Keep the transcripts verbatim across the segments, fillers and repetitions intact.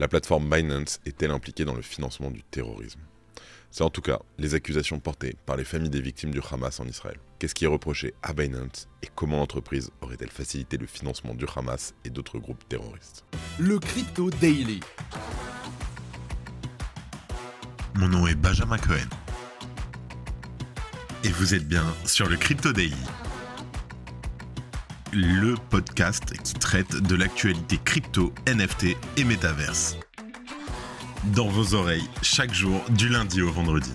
La plateforme Binance est-elle impliquée dans le financement du terrorisme ? C'est en tout cas les accusations portées par les familles des victimes du Hamas en Israël. Qu'est-ce qui est reproché à Binance et comment l'entreprise aurait-elle facilité le financement du Hamas et d'autres groupes terroristes ? Le Crypto Daily. Mon nom est Benjamin Cohen. Et vous êtes bien sur le Crypto Daily, le podcast qui traite de l'actualité crypto, N F T et métaverse. Dans vos oreilles, chaque jour, du lundi au vendredi.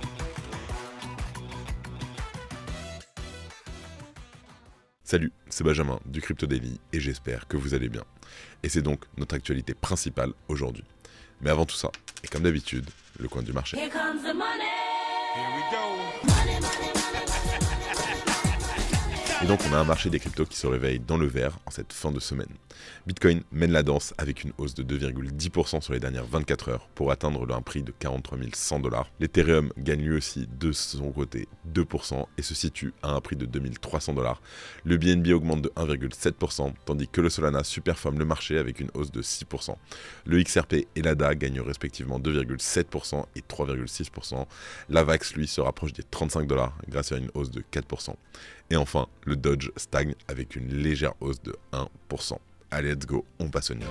Salut, c'est Benjamin du Crypto Daily et j'espère que vous allez bien. Et c'est donc notre actualité principale aujourd'hui. Mais avant tout ça, et comme d'habitude, le coin du marché. Here comes the money. Here we go. Money, money, money, money. Et donc on a un marché des cryptos qui se réveille dans le vert en cette fin de semaine. Bitcoin mène la danse avec une hausse de deux virgule dix pour cent sur les dernières vingt-quatre heures pour atteindre un prix de quarante-trois mille cent dollars. L'Ethereum gagne lui aussi de son côté deux pour cent et se situe à un prix de deux mille trois cents dollars. Le B N B augmente de un virgule sept pour cent tandis que le Solana superforme le marché avec une hausse de six pour cent. Le X R P et l'A D A gagnent respectivement deux virgule sept pour cent et trois virgule six pour cent. L'Avax lui se rapproche des trente-cinq dollars grâce à une hausse de quatre pour cent. Et enfin, le Doge stagne avec une légère hausse de un pour cent. Allez, let's go, on passe aux news.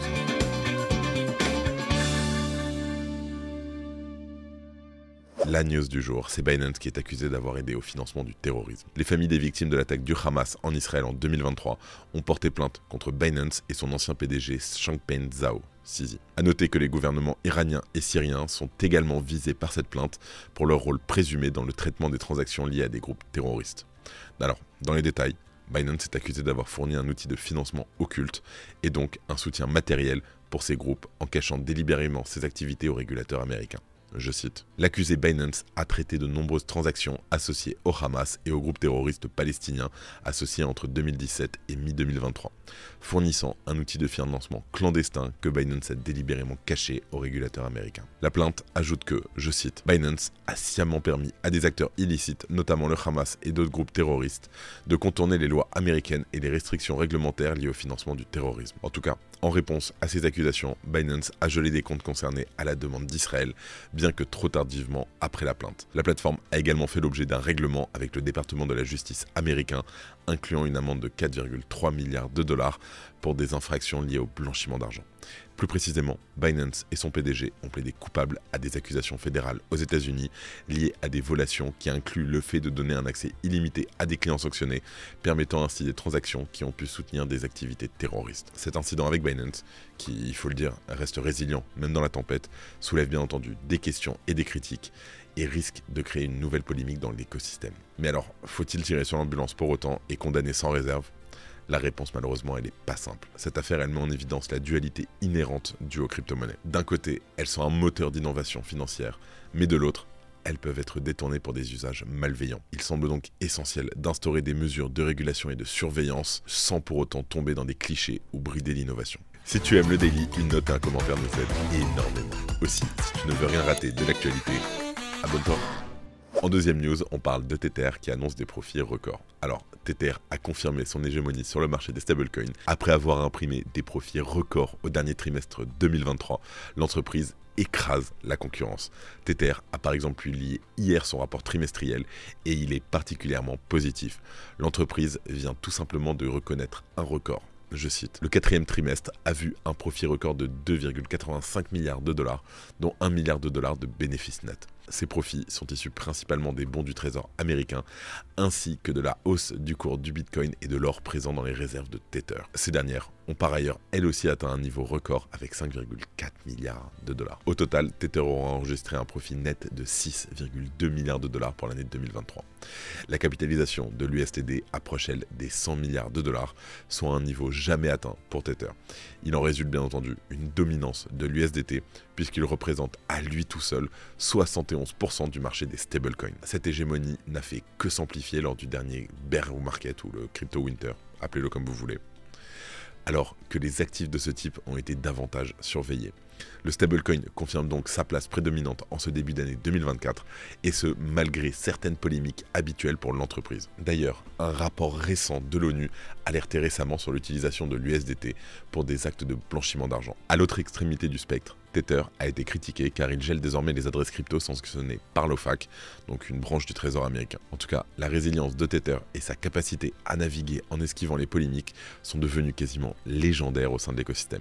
La news du jour, c'est Binance qui est accusé d'avoir aidé au financement du terrorisme. Les familles des victimes de l'attaque du Hamas en Israël en deux mille vingt-trois ont porté plainte contre Binance et son ancien P D G Changpeng Zhao. Sisi. A noter que les gouvernements iraniens et syriens sont également visés par cette plainte pour leur rôle présumé dans le traitement des transactions liées à des groupes terroristes. Alors, dans les détails, Binance est accusé d'avoir fourni un outil de financement occulte et donc un soutien matériel pour ces groupes en cachant délibérément ses activités aux régulateurs américains. Je cite, « L'accusé Binance a traité de nombreuses transactions associées au Hamas et au groupe terroriste palestinien associés entre deux mille dix-sept et mi-deux mille vingt-trois, fournissant un outil de financement clandestin que Binance a délibérément caché aux régulateurs américains. » La plainte ajoute que, je cite, « Binance a sciemment permis à des acteurs illicites, notamment le Hamas et d'autres groupes terroristes, de contourner les lois américaines et les restrictions réglementaires liées au financement du terrorisme. » En tout cas, en réponse à ces accusations, Binance a gelé des comptes concernés à la demande d'Israël, bien que trop tardivement après la plainte. La plateforme a également fait l'objet d'un règlement avec le département de la justice américain, incluant une amende de quatre virgule trois milliards de dollars pour des infractions liées au blanchiment d'argent. Plus précisément, Binance et son P D G ont plaidé coupables à des accusations fédérales aux États-Unis liées à des violations qui incluent le fait de donner un accès illimité à des clients sanctionnés, permettant ainsi des transactions qui ont pu soutenir des activités terroristes. Cet incident avec Binance, qui, il faut le dire, reste résilient même dans la tempête, soulève bien entendu des questions et des critiques et risque de créer une nouvelle polémique dans l'écosystème. Mais alors, faut-il tirer sur l'ambulance pour autant et condamner sans réserve ? La réponse, malheureusement, elle n'est pas simple. Cette affaire, elle met en évidence la dualité inhérente due aux crypto-monnaies. D'un côté, elles sont un moteur d'innovation financière, mais de l'autre, elles peuvent être détournées pour des usages malveillants. Il semble donc essentiel d'instaurer des mesures de régulation et de surveillance sans pour autant tomber dans des clichés ou brider l'innovation. Si tu aimes le daily, une note et un commentaire nous aident énormément. Aussi, si tu ne veux rien rater de l'actualité, abonne-toi. En deuxième news, on parle de Tether qui annonce des profits records. Alors, Tether a confirmé son hégémonie sur le marché des stablecoins. Après avoir imprimé des profits records au dernier trimestre deux mille vingt-trois, l'entreprise écrase la concurrence. Tether a par exemple publié hier son rapport trimestriel et il est particulièrement positif. L'entreprise vient tout simplement de reconnaître un record. Je cite, « Le quatrième trimestre a vu un profit record de deux virgule quatre-vingt-cinq milliards de dollars, dont un milliard de dollars de bénéfices nets. Ces profits sont issus principalement des bons du trésor américain, ainsi que de la hausse du cours du Bitcoin et de l'or présent dans les réserves de Tether. Ces dernières ont par ailleurs elles aussi atteint un niveau record avec cinq virgule quatre milliards de dollars. Au total, Tether aura enregistré un profit net de six virgule deux milliards de dollars pour l'année deux mille vingt-trois. La capitalisation de l'U S D T approche elle des cent milliards de dollars, soit un niveau jamais atteint pour Tether. Il en résulte bien entendu une dominance de l'U S D T puisqu'il représente à lui tout seul soixante et onze pour cent du marché des stablecoins. Cette hégémonie n'a fait que s'amplifier lors du dernier bear market ou le crypto winter, appelez-le comme vous voulez, alors que les actifs de ce type ont été davantage surveillés. Le stablecoin confirme donc sa place prédominante en ce début d'année deux mille vingt-quatre, et ce malgré certaines polémiques habituelles pour l'entreprise. D'ailleurs, un rapport récent de l'ONU alertait récemment sur l'utilisation de l'U S D T pour des actes de blanchiment d'argent. À l'autre extrémité du spectre, Tether a été critiqué car il gèle désormais les adresses crypto sanctionnées par l'O F A C, donc une branche du Trésor américain. En tout cas, la résilience de Tether et sa capacité à naviguer en esquivant les polémiques sont devenus quasiment légendaires au sein de l'écosystème.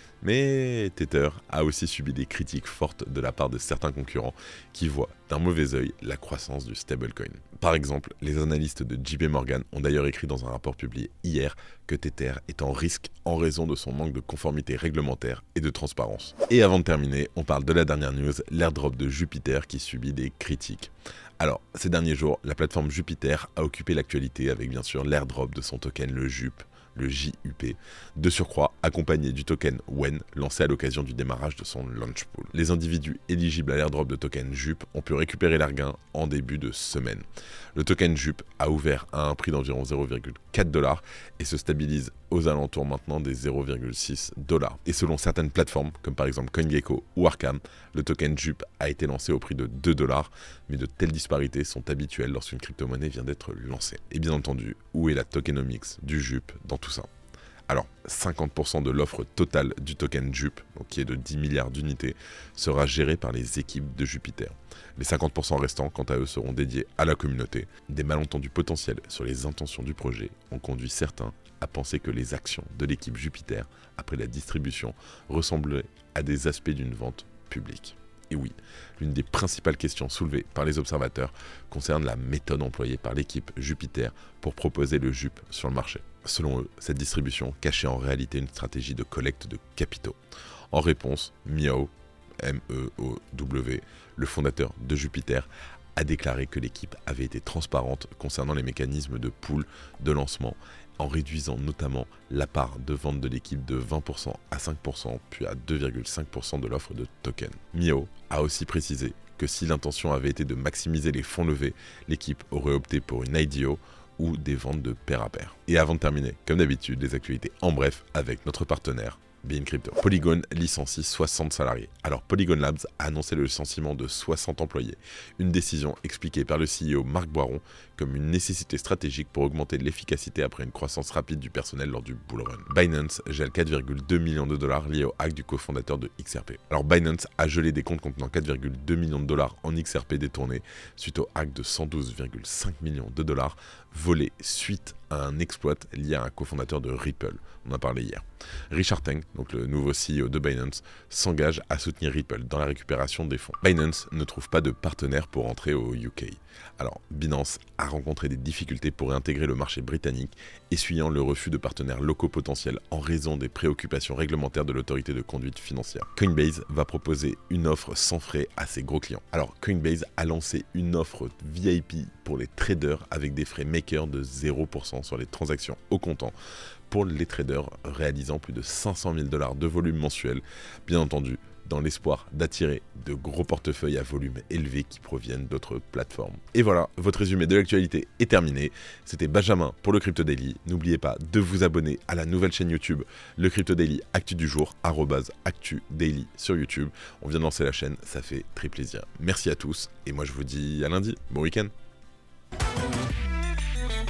Mais Tether a aussi subi des critiques fortes de la part de certains concurrents qui voient d'un mauvais œil la croissance du stablecoin. Par exemple, les analystes de J P Morgan ont d'ailleurs écrit dans un rapport publié hier que Tether est en risque en raison de son manque de conformité réglementaire et de transparence. Et avant de terminer, on parle de la dernière news, l'airdrop de Jupiter qui subit des critiques. Alors, ces derniers jours, la plateforme Jupiter a occupé l'actualité avec bien sûr l'airdrop de son token, le J U P. Le J U P, de surcroît accompagné du token W E N lancé à l'occasion du démarrage de son launch pool. Les individus éligibles à l'airdrop de token J U P ont pu récupérer leur gain en début de semaine. Le token J U P a ouvert à un prix d'environ zéro virgule quatre dollars et se stabilise aux alentours maintenant des zéro virgule six dollars. Et selon certaines plateformes, comme par exemple CoinGecko ou Arkham, le token J U P a été lancé au prix de deux dollars, mais de telles disparités sont habituelles lorsqu'une crypto-monnaie vient d'être lancée. Et bien entendu, où est la tokenomics du J U P dans tout ça ? Alors, cinquante pour cent de l'offre totale du token J U P, donc qui est de dix milliards d'unités, sera gérée par les équipes de Jupiter. Les cinquante pour cent restants, quant à eux, seront dédiés à la communauté. Des malentendus potentiels sur les intentions du projet ont conduit certains à penser que les actions de l'équipe Jupiter, après la distribution, ressemblaient à des aspects d'une vente publique. Et oui, l'une des principales questions soulevées par les observateurs concerne la méthode employée par l'équipe Jupiter pour proposer le J U P sur le marché. Selon eux, cette distribution cachait en réalité une stratégie de collecte de capitaux. En réponse, Meow, M E O W, le fondateur de Jupiter, a déclaré que l'équipe avait été transparente concernant les mécanismes de pool de lancement, en réduisant notamment la part de vente de l'équipe de vingt pour cent à cinq pour cent, puis à deux virgule cinq pour cent de l'offre de token. Meow a aussi précisé que si l'intention avait été de maximiser les fonds levés, l'équipe aurait opté pour une I D O ou des ventes de pair à pair. Et avant de terminer, comme d'habitude, les actualités en bref avec notre partenaire Bein Crypto. Polygon licencie soixante salariés. Alors Polygon Labs a annoncé le licenciement de soixante employés, une décision expliquée par le C E O Marc Boiron comme une nécessité stratégique pour augmenter l'efficacité après une croissance rapide du personnel lors du bull run. Binance gèle quatre virgule deux millions de dollars liés au hack du cofondateur de X R P. Alors Binance a gelé des comptes contenant quatre virgule deux millions de dollars en X R P détournés suite au hack de cent douze virgule cinq millions de dollars volés suite à un exploit lié à un cofondateur de Ripple. On en a parlé hier. Richard Teng, donc le nouveau C E O de Binance, s'engage à soutenir Ripple dans la récupération des fonds. Binance ne trouve pas de partenaire pour entrer au U K. Alors, Binance a rencontré des difficultés pour réintégrer le marché britannique, essuyant le refus de partenaires locaux potentiels en raison des préoccupations réglementaires de l'autorité de conduite financière. Coinbase va proposer une offre sans frais à ses gros clients. Alors, Coinbase a lancé une offre V I P pour les traders avec des frais makers de zéro pour cent sur les transactions au comptant pour les traders réalisant plus de cinq cent mille dollars de volume mensuel, bien entendu dans l'espoir d'attirer de gros portefeuilles à volume élevé qui proviennent d'autres plateformes. Et voilà, votre résumé de l'actualité est terminé. C'était Benjamin pour le Crypto Daily. N'oubliez pas de vous abonner à la nouvelle chaîne YouTube, le Crypto Daily Actu du jour, arobase Actu Daily sur YouTube. On vient de lancer la chaîne, ça fait très plaisir. Merci à tous et moi je vous dis à lundi. Bon week-end.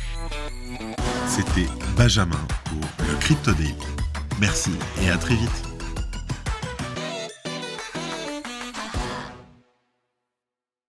C'était Benjamin pour le Crypto Daily. Merci et à très vite.